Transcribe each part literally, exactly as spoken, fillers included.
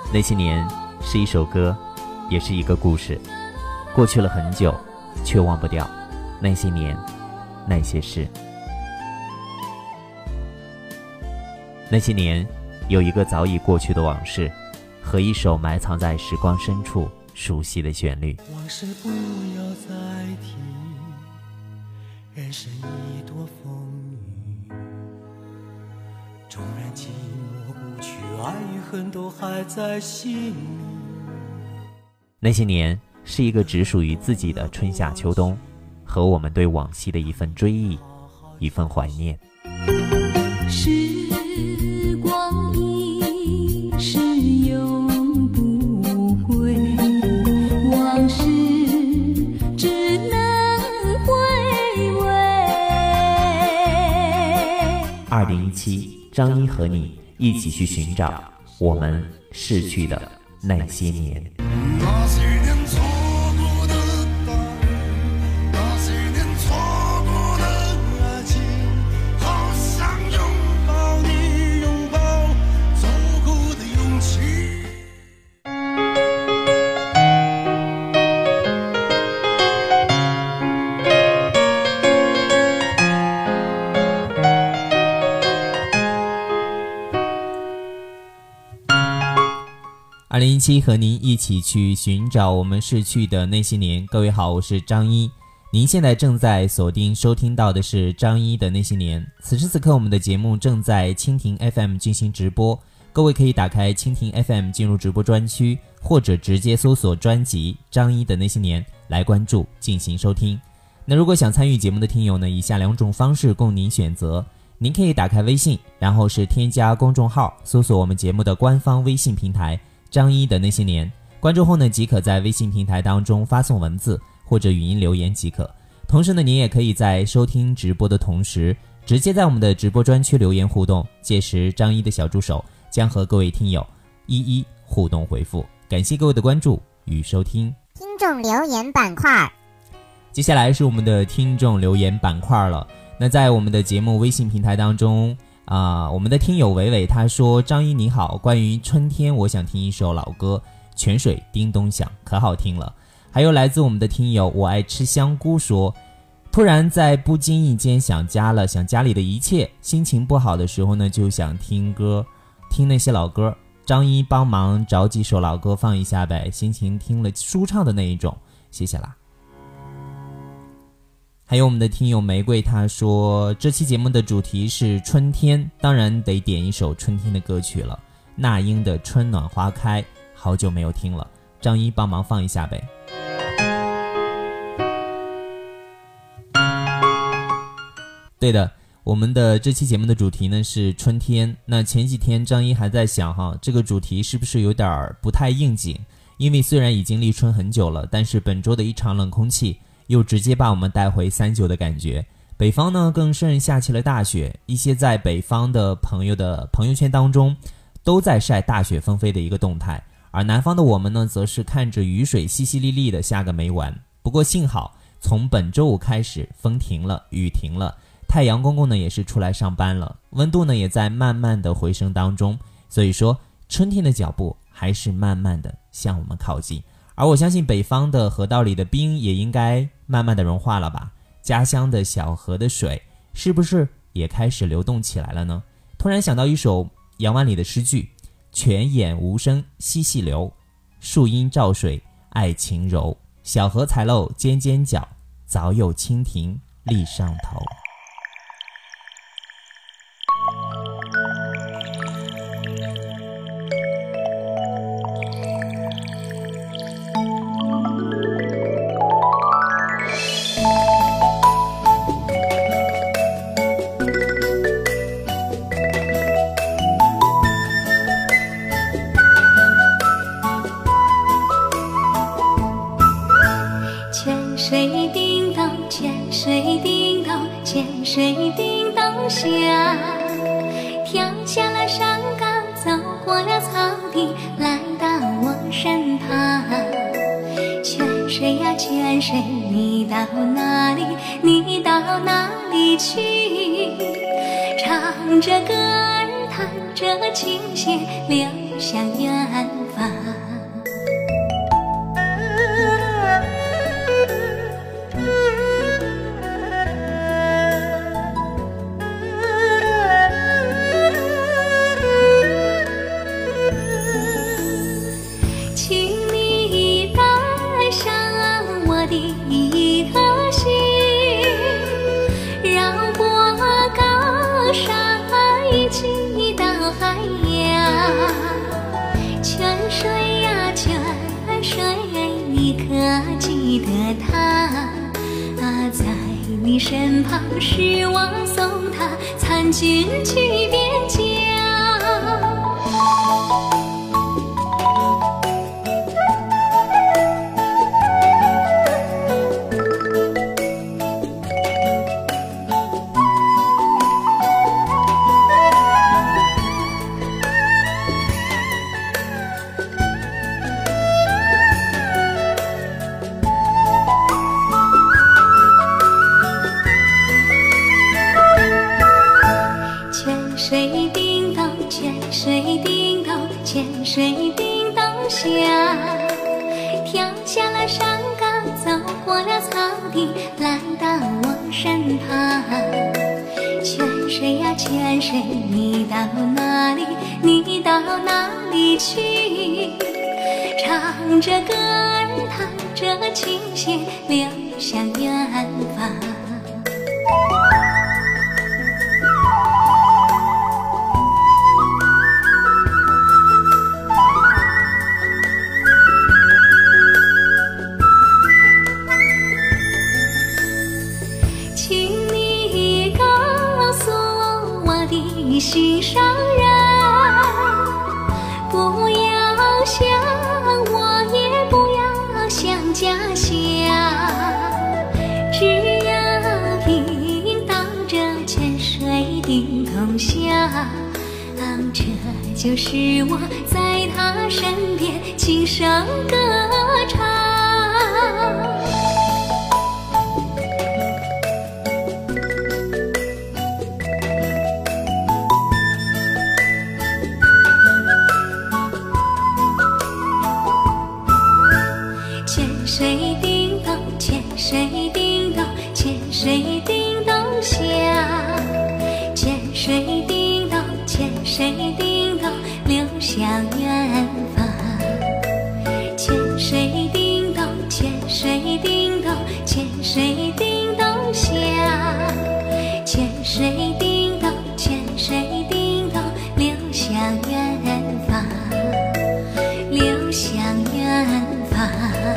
那些年是一首歌，也是一个故事，过去了很久，却忘不掉那些年那些事。那些年有一个早已过去的往事，和一首埋藏在时光深处熟悉的旋律。 往事不要再提，人生已多风雨，纵然寂寞不去，爱与恨都还在心里。 那些年是一个只属于自己的春夏秋冬，和我们对往昔的一份追忆，一份怀念。 时光一逝永不回，往事只能回味。 二零一七，张一和你一起去寻找我们逝去的那些年。 那些年错过的大雨，那些年错过的爱情，好想拥抱你，拥抱走过的勇气。 二零一七和您一起去寻找我们逝去的那些年。各位好，我是张一，您现在正在锁定收听到的是张一的那些年。此时此刻我们的节目正在蜻蜓 F M 进行直播，各位可以打开蜻蜓 F M 进入直播专区，或者直接搜索专辑张一的那些年来关注进行收听。那如果想参与节目的听友呢，以下两种方式供您选择。您可以打开微信，然后是添加公众号，搜索我们节目的官方微信平台张一的那些年，关注后呢，即可在微信平台当中发送文字或者语音留言即可。同时呢，您也可以在收听直播的同时，直接在我们的直播专区留言互动，届时张一的小助手将和各位听友一一互动回复。感谢各位的关注与收听。 听众留言板块， 接下来是我们的听众留言板块了。那在我们的节目微信平台当中啊、呃，我们的听友伟伟他说：张一你好，关于春天我想听一首老歌，泉水叮咚响，可好听了。还有来自我们的听友我爱吃香菇说，突然在不经意间想家了，想家里的一切，心情不好的时候呢，就想听歌，听那些老歌。张一帮忙找几首老歌放一下呗，心情听了舒畅的那一种，谢谢啦。还有我们的听友玫瑰他说，这期节目的主题是春天，当然得点一首春天的歌曲了，那英的春暖花开，好久没有听了，张一帮忙放一下呗。对的，我们的这期节目的主题呢是春天。那前几天张一还在想哈，这个主题是不是有点不太应景，因为虽然已经立春很久了，但是本周的一场冷空气又直接把我们带回三九的感觉。北方呢更甚下起了大雪，一些在北方的朋友的朋友圈当中都在晒大雪纷飞的一个动态，而南方的我们呢则是看着雨水淅淅沥沥的下个没完。不过幸好从本周五开始风停了，雨停了，太阳公公呢也是出来上班了，温度呢也在慢慢的回升当中，所以说春天的脚步还是慢慢的向我们靠近。而我相信北方的河道里的冰也应该慢慢的融化了吧，家乡的小河的水是不是也开始流动起来了呢？突然想到一首杨万里的诗句，泉眼无声惜细流，树阴照水爱晴柔，小荷才露尖尖角，早有蜻蜓立上头。 水叮当，泉水叮当，泉水叮当响，跳下了山岗，走过了草地，来到我身旁。泉水呀泉水，你到哪里？你到哪里去？唱着歌儿，弹着琴弦，流向远方。 发。请你带上我的一颗心，绕过高山一起到海洋。泉水呀泉水，你可记得他啊？在你身旁时我送他参军去边疆。水叮咚，泉水叮咚，泉水叮咚响，跳下了山岗，走过了草地，来到我身旁。泉水呀泉水，你到哪里？你到哪里去？唱着歌儿，弹着琴弦，流向远方。心上人，不要想我，也不要想家乡，只要听到这泉水叮咚响，这就是我在他身边轻声歌唱。水叮咚，泉水叮咚，泉水叮咚响，泉水叮咚，泉水叮咚，流向远方。泉水叮咚，泉水叮咚，泉水叮咚响，泉水叮咚，泉水叮咚，流向远方，流向远方。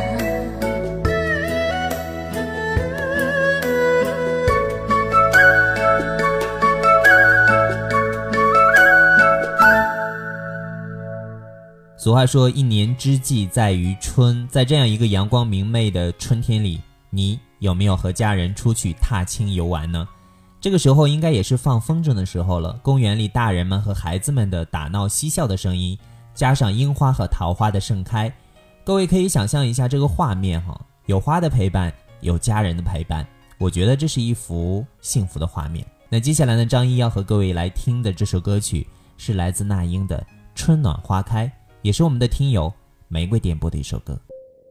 俗话说一年之计在于春，在这样一个阳光明媚的春天里，你有没有和家人出去踏青游玩呢？这个时候应该也是放风筝的时候了，公园里大人们和孩子们的打闹嬉笑的声音，加上樱花和桃花的盛开，各位可以想象一下这个画面哈，有花的陪伴，有家人的陪伴，我觉得这是一幅幸福的画面。那接下来呢，张一要和各位来听的这首歌曲是来自那英的《春暖花开》，也是我们的听友玫瑰点播的一首歌。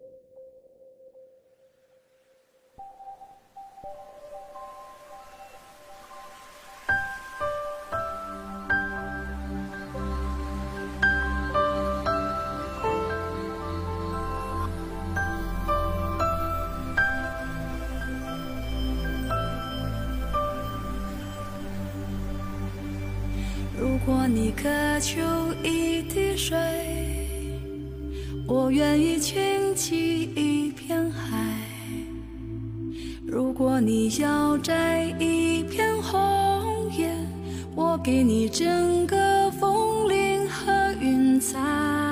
如果你渴求一滴水，我愿意倾起一片海。如果你要摘一片红叶，我给你整个枫林和云彩。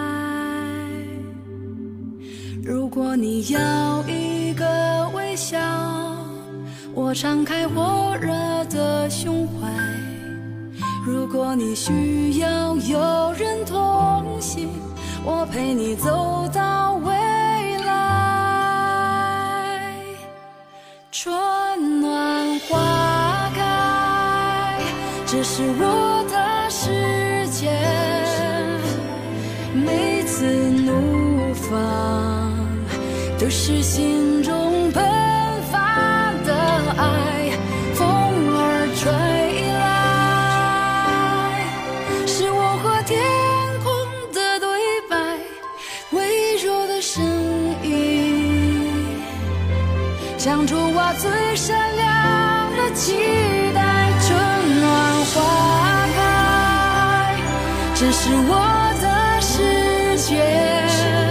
如果你要一个微笑，我敞开火热的胸怀。如果你需要有人同行，我陪你走到未来。春暖花开，这是我的世界。每次有时心中喷发的爱，风儿吹来，是我和天空的对白，微弱的声音，像出我最闪亮的期待。春暖花开，这是我的世界。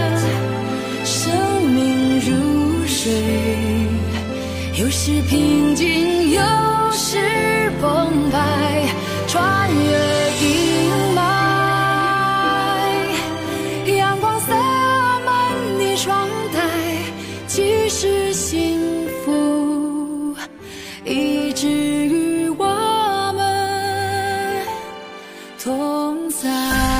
有时平静，有时澎湃，穿越阴霾，阳光洒满你窗台，即使幸福一直与我们同在。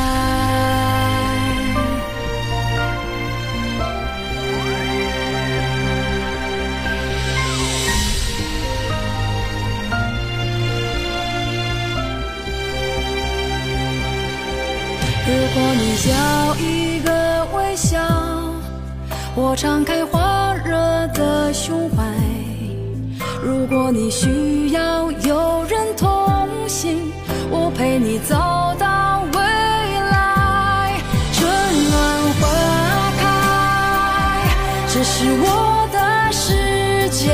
如果你要一个微笑，我敞开火热的胸怀。如果你需要有人同行，我陪你走到未来。春暖花开，这是我的世界。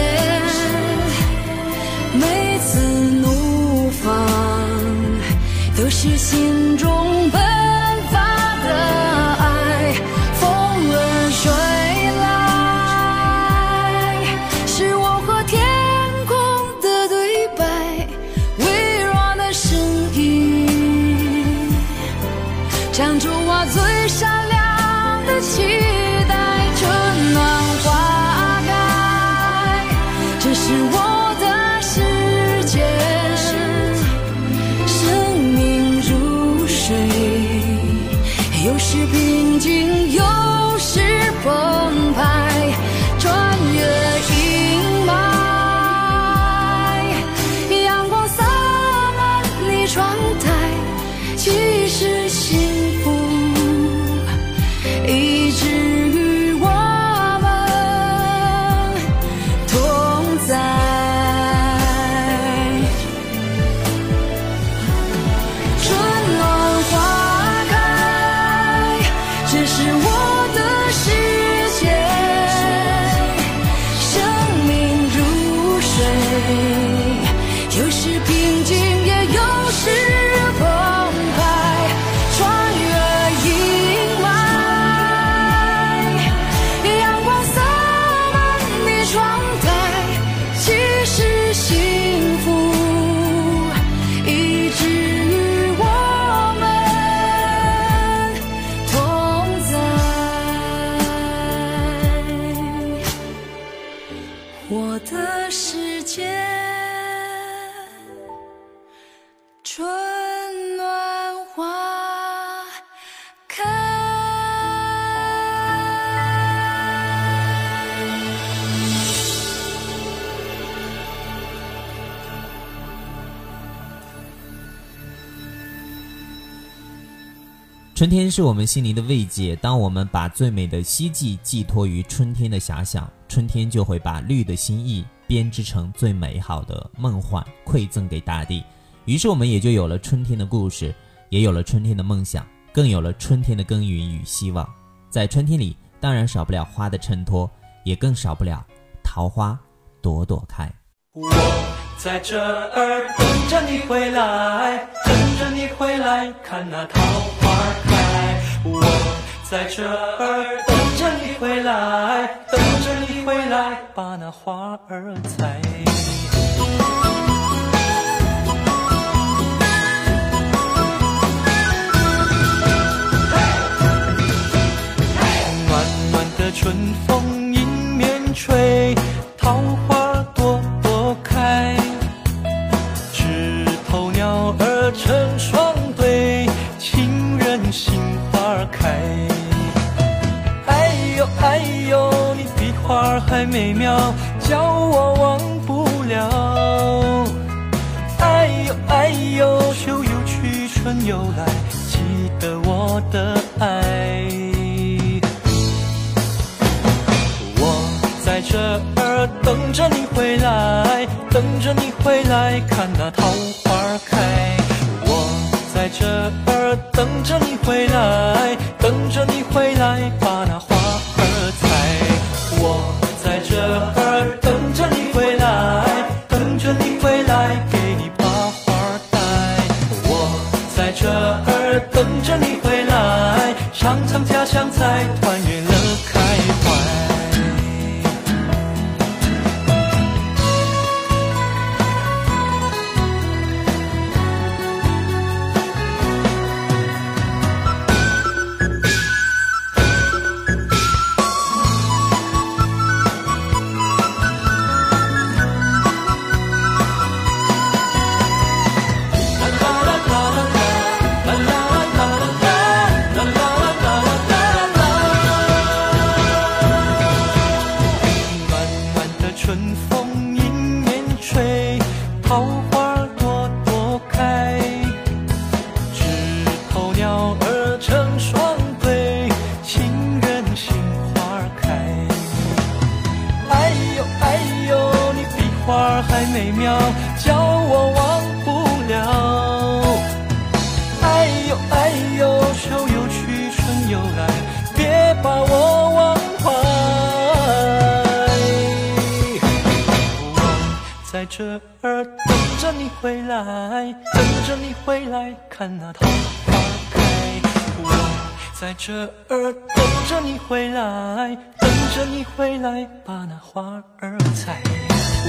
每次怒放，都是心中奔唱出我最闪亮的期待。春暖花开，这是我的世界。生命如水，有时平静，有时澎湃，穿越阴霾，阳光洒满你窗台，即使心一直与我们同在。春暖花开，这是我的世界。生命如水，有时平静，也有时澎湃，穿越阴霾，幸福一直与我们同在。我的世界，春暖花开。 春天是我们心灵的慰藉，当我们把最美的希冀寄托于春天的遐想，春天就会把绿的心意编织成最美好的梦幻，馈赠给大地。于是我们也就有了春天的故事，也有了春天的梦想，更有了春天的耕耘与希望。在春天里，当然少不了花的衬托，也更少不了桃花朵朵开。 我在这儿等着你回来，等着你回来，看那桃花开。我在这儿等着你回来，等着你回来，把那花儿采。暖暖的春风迎面吹，桃花朵朵开，枝头鸟儿成双对，情人心花开。哎呦哎呦，你比花还美妙，叫我忘不了。哎呦哎呦，秋又去春又来，记得我的爱。我着你回来，等着你回来，看那桃花开。我在这儿等着你回来，等着你回来，把那花儿采。我在这儿等着你回来，等着你回来，给你把花带。我在这儿等着你回来，尝尝家乡菜，团圆了开怀。美妙，叫我忘不了。哎呦哎呦，秋又去，春又来，别把我忘怀。我在这儿等着你回来，等着你回来，看那桃花开。我在这儿等着你回来，等着你回来，把那花儿采。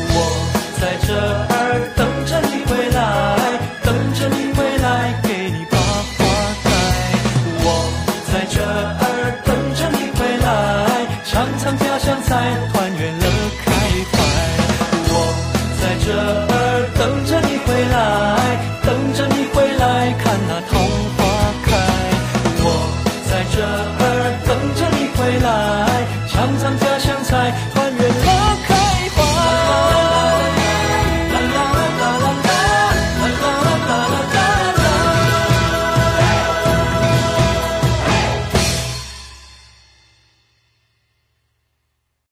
我在这儿等着你回来，等着你回来，给你